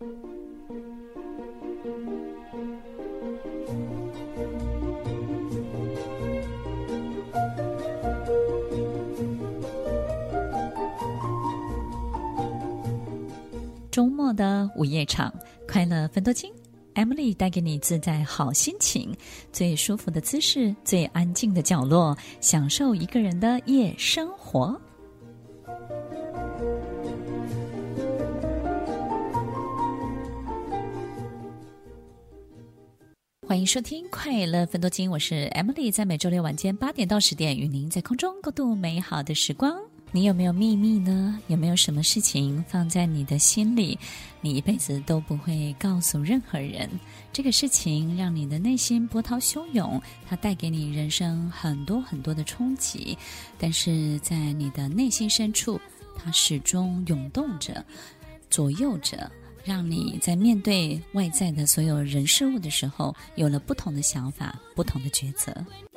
周末的午夜场，快乐分多金。Emily 带给你自在好心情，最舒服的姿势，最安静的角落，享受一个人的夜生活。欢迎收听快乐分多金，我是 Emily， 在每周六晚间8点到10点与您在空中共度美好的时光。你有没有秘密呢？有没有什么事情放在你的心里，你一辈子都不会告诉任何人？这个事情让你的内心波涛汹涌，它带给你人生很多很多的冲击，但是在你的内心深处，它始终涌动着，左右着，让你在面对外在的所有人事物的时候，有了不同的想法，不同的抉择。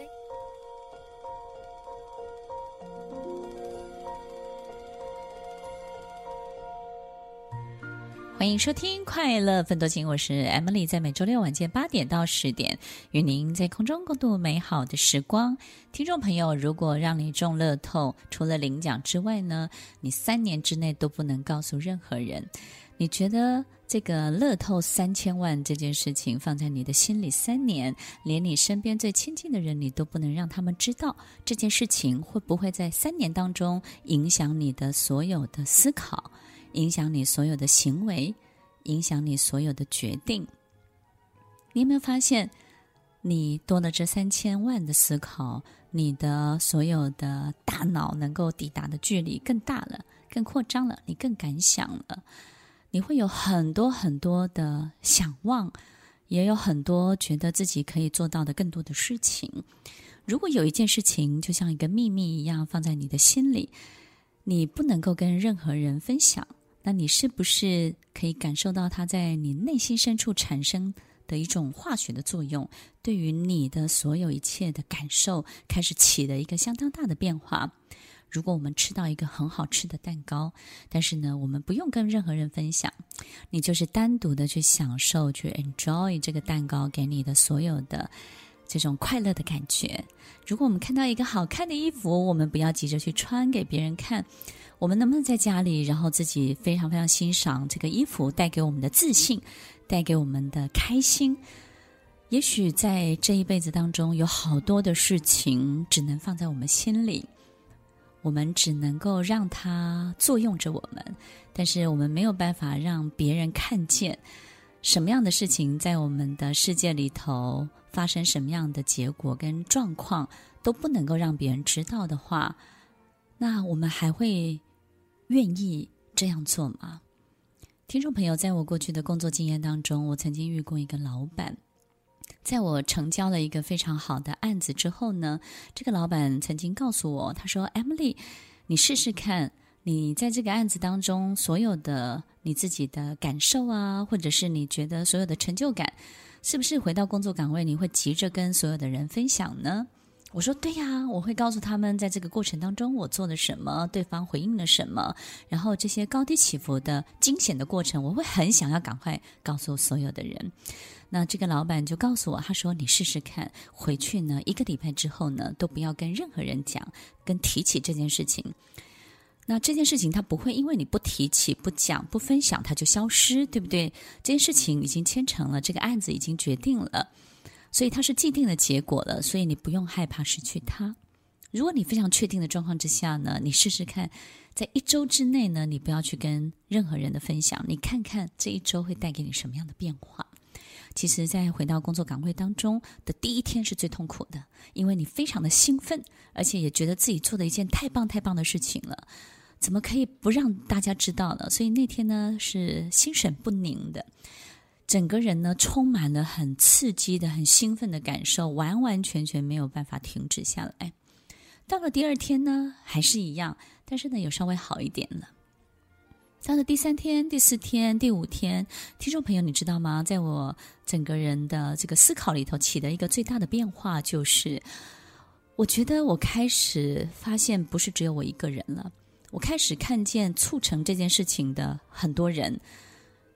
欢迎收听快乐分多金，我是 Emily， 在每周六晚间8点到10点与您在空中共度美好的时光。听众朋友，如果让你中乐透，除了领奖之外呢，你3年之内都不能告诉任何人。你觉得这个乐透3000万这件事情放在你的心里3年，连你身边最亲近的人你都不能让他们知道，这件事情会不会在3年当中影响你的所有的思考，影响你所有的行为，影响你所有的决定？你有没有发现，你多了这3000万的思考，你的所有的大脑能够抵达的距离更大了，更扩张了，你更敢想了，你会有很多很多的想望，也有很多觉得自己可以做到的更多的事情。如果有一件事情就像一个秘密一样放在你的心里，你不能够跟任何人分享，那你是不是可以感受到它在你内心深处产生的一种化学的作用，对于你的所有一切的感受开始起了一个相当大的变化？如果我们吃到一个很好吃的蛋糕，但是呢，我们不用跟任何人分享，你就是单独的去享受，去 enjoy 这个蛋糕给你的所有的这种快乐的感觉。如果我们看到一个好看的衣服，我们不要急着去穿给别人看，我们能不能在家里，然后自己非常非常欣赏这个衣服带给我们的自信，带给我们的开心？也许在这一辈子当中，有好多的事情只能放在我们心里，我们只能够让它作用着我们，但是我们没有办法让别人看见什么样的事情在我们的世界里头发生，什么样的结果跟状况都不能够让别人知道的话，那我们还会愿意这样做吗？听众朋友，在我过去的工作经验当中，我曾经遇过一个老板，在我成交了一个非常好的案子之后呢，这个老板曾经告诉我，他说 Emily， 你试试看，你在这个案子当中所有的你自己的感受啊，或者是你觉得所有的成就感，是不是回到工作岗位你会急着跟所有的人分享呢？我说对呀，我会告诉他们在这个过程当中我做了什么，对方回应了什么，然后这些高低起伏的惊险的过程，我会很想要赶快告诉所有的人。那这个老板就告诉我，他说你试试看，回去呢1个礼拜之后呢，都不要跟任何人讲，跟提起这件事情。那这件事情它不会因为你不提起、不讲、不分享它就消失，对不对？这件事情已经签成了，这个案子已经决定了，所以它是既定的结果了，所以你不用害怕失去它。如果你非常确定的状况之下呢，你试试看，在1周之内呢，你不要去跟任何人的分享，你看看这1周会带给你什么样的变化。其实在回到工作岗位当中的第1天是最痛苦的，因为你非常的兴奋，而且也觉得自己做了一件太棒太棒的事情了，怎么可以不让大家知道呢？所以那天呢是心神不宁的，整个人呢充满了很刺激的很兴奋的感受，完完全全没有办法停止下来。到了第2天呢还是一样，但是呢有稍微好一点了。到了第3天、第4天、第5天，听众朋友你知道吗？在我整个人的这个思考里头起的一个最大的变化，就是我觉得我开始发现不是只有我一个人了，我开始看见促成这件事情的很多人，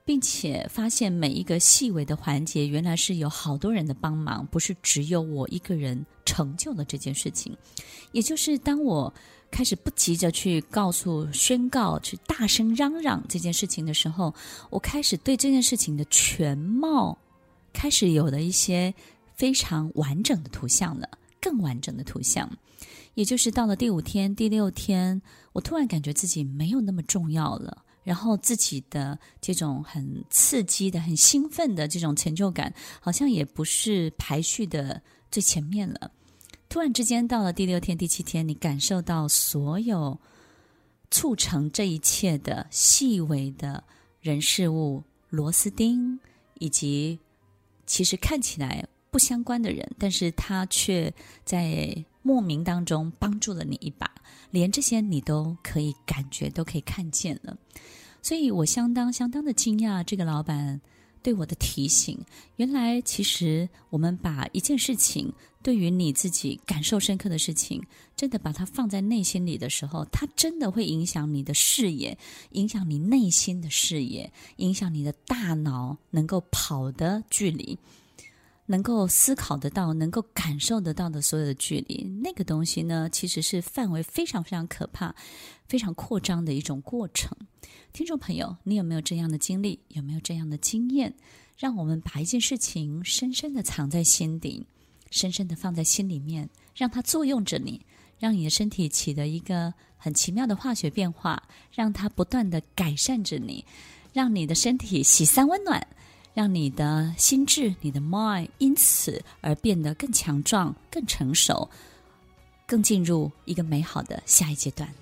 并且发现每一个细微的环节原来是有好多人的帮忙，不是只有我一个人成就了这件事情。也就是当我开始不急着去宣告去大声嚷嚷这件事情的时候，我开始对这件事情的全貌开始有了一些非常完整的图像了，更完整的图像。也就是到了第5天第6天，我突然感觉自己没有那么重要了，然后自己的这种很刺激的很兴奋的这种成就感好像也不是排序的最前面了。突然之间到了第6天第7天，你感受到所有促成这一切的细微的人事物螺丝钉，以及其实看起来不相关的人，但是他却在莫名当中帮助了你一把，连这些你都可以感觉都可以看见了。所以我相当的惊讶这个老板对我的提醒，原来其实我们把一件事情，对于你自己感受深刻的事情，真的把它放在内心里的时候，它真的会影响你的视野，影响你内心的视野，影响你的大脑能够跑的距离，能够思考得到，能够感受得到的所有的距离。那个东西呢，其实是范围非常非常可怕，非常扩张的一种过程。听众朋友，你有没有这样的经历？有没有这样的经验？让我们把一件事情深深的藏在心底，深深的放在心里面，让它作用着你，让你的身体起了一个很奇妙的化学变化，让它不断的改善着你，让你的身体喜三温暖，让你的心智，你的 mind 因此而变得更强壮，更成熟，更进入一个美好的下一阶段。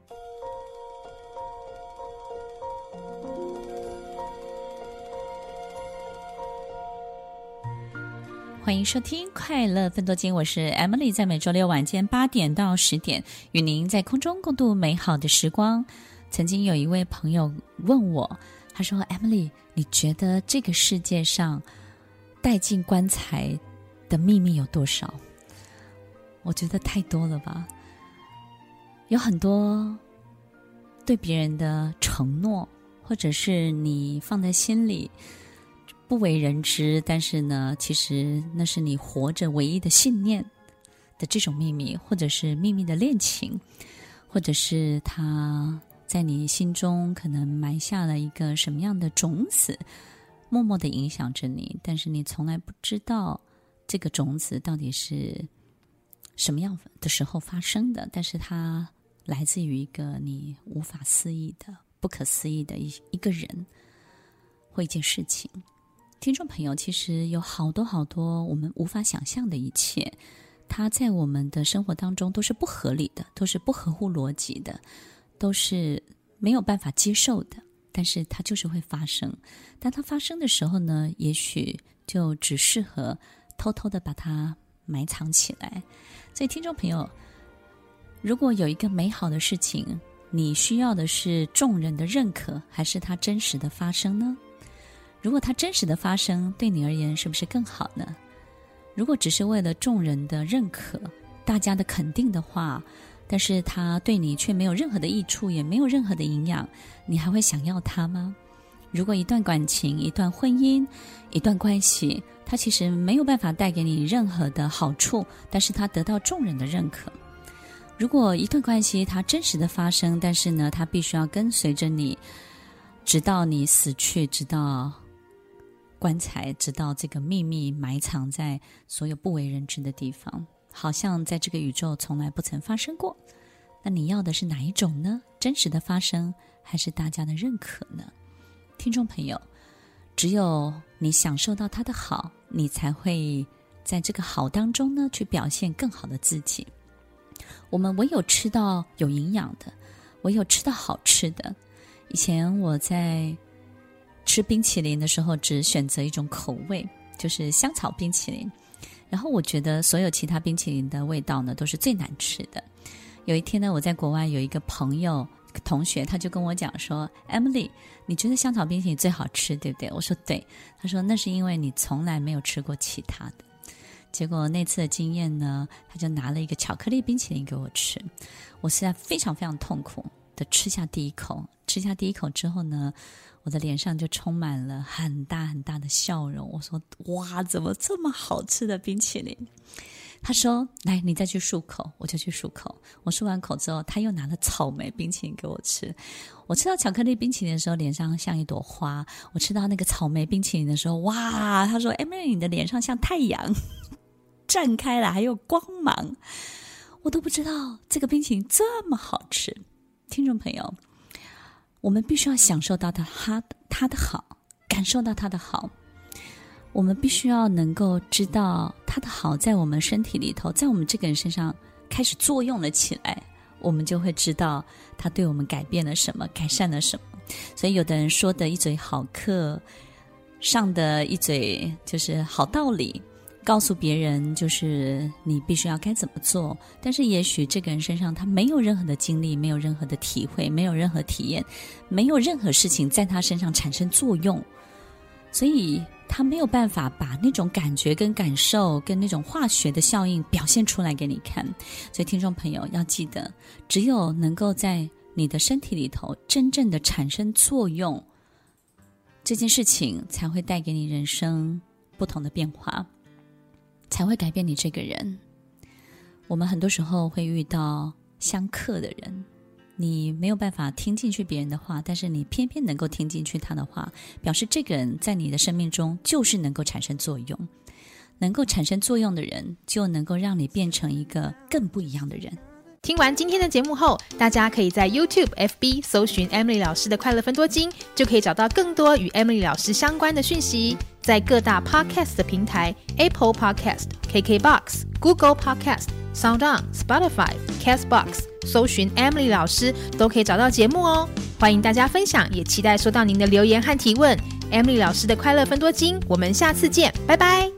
欢迎收听快乐分多金，我是 Emily， 在每周六晚间8点到10点与您在空中共度美好的时光。曾经有一位朋友问我，他说 Emily， 你觉得这个世界上带进棺材的秘密有多少？我觉得太多了吧。有很多对别人的承诺，或者是你放在心里不为人知，但是呢，其实那是你活着唯一的信念的这种秘密，或者是秘密的恋情，或者是他在你心中可能埋下了一个什么样的种子，默默的影响着你，但是你从来不知道这个种子到底是什么样的时候发生的，但是它来自于一个你无法思议的、不可思议的一个人或一件事情。听众朋友，其实有好多我们无法想象的一切，它在我们的生活当中都是不合理的，都是不合乎逻辑的，都是没有办法接受的，但是它就是会发生。当它发生的时候呢，也许就只适合偷偷的把它埋藏起来。所以听众朋友，如果有一个美好的事情，你需要的是众人的认可，还是它真实的发生呢？如果它真实的发生，对你而言是不是更好呢？如果只是为了众人的认可，大家的肯定的话，但是它对你却没有任何的益处，也没有任何的营养，你还会想要它吗？如果一段感情、一段婚姻、一段关系，它其实没有办法带给你任何的好处，但是它得到众人的认可。如果一段关系它真实的发生，但是呢，它必须要跟随着你，直到你死去，直到棺材，直到这个秘密埋藏在所有不为人知的地方，好像在这个宇宙从来不曾发生过。那你要的是哪一种呢？真实的发生，还是大家的认可呢？听众朋友，只有你享受到它的好，你才会在这个好当中呢，去表现更好的自己。我们唯有吃到有营养的，唯有吃到好吃的。以前我在吃冰淇淋的时候，只选择一种口味，就是香草冰淇淋。然后我觉得所有其他冰淇淋的味道呢，都是最难吃的。有一天呢，我在国外有一个朋友同学，他就跟我讲说 Emily， 你觉得香草冰淇淋最好吃对不对？我说对。他说那是因为你从来没有吃过其他的。结果那次的经验呢，他就拿了一个巧克力冰淇淋给我吃，我实在非常非常痛苦的吃下第一口之后呢， 我的脸上就充满了很大很大的笑容。我说哇，怎么这么好吃的冰淇淋？他说来，你再去漱口。我就去漱口。我漱完口之后，他又拿了草莓冰淇淋给我吃。我吃到巧克力冰淇淋的时候，脸上像一朵花。我吃到那个草莓冰淇淋的时候，哇，他说 Emily 你的脸上像太阳绽开了，还有光芒。我都不知道这个冰淇淋这么好吃。听众朋友，我们必须要享受到它的好，感受到它的好。我们必须要能够知道它的好在我们身体里头，在我们这个人身上开始作用了起来，我们就会知道它对我们改变了什么，改善了什么。所以有的人说的一嘴好课，上的一嘴就是好道理，告诉别人就是你必须要该怎么做，但是也许这个人身上他没有任何的经历，没有任何的体会，没有任何体验，没有任何事情在他身上产生作用，所以他没有办法把那种感觉跟感受跟那种化学的效应表现出来给你看。所以听众朋友要记得，只有能够在你的身体里头真正的产生作用，这件事情才会带给你人生不同的变化，才会改变你这个人。我们很多时候会遇到相克的人，你没有办法听进去别人的话，但是你偏偏能够听进去他的话，表示这个人在你的生命中就是能够产生作用。能够产生作用的人，就能够让你变成一个更不一样的人。 听完今天的节目后，大家可以在 YouTube、FB 搜寻 Emily 老师的快乐分多金，就可以找到更多与 Emily 老师相关的讯息。在各大 Podcast 的平台 Apple Podcast、KKBOX、Google Podcast、SoundOn、Spotify、Castbox 搜寻 Emily 老师都可以找到节目哦。欢迎大家分享，也期待收到您的留言和提问。Emily 老师的快乐分多金，我们下次见，拜拜。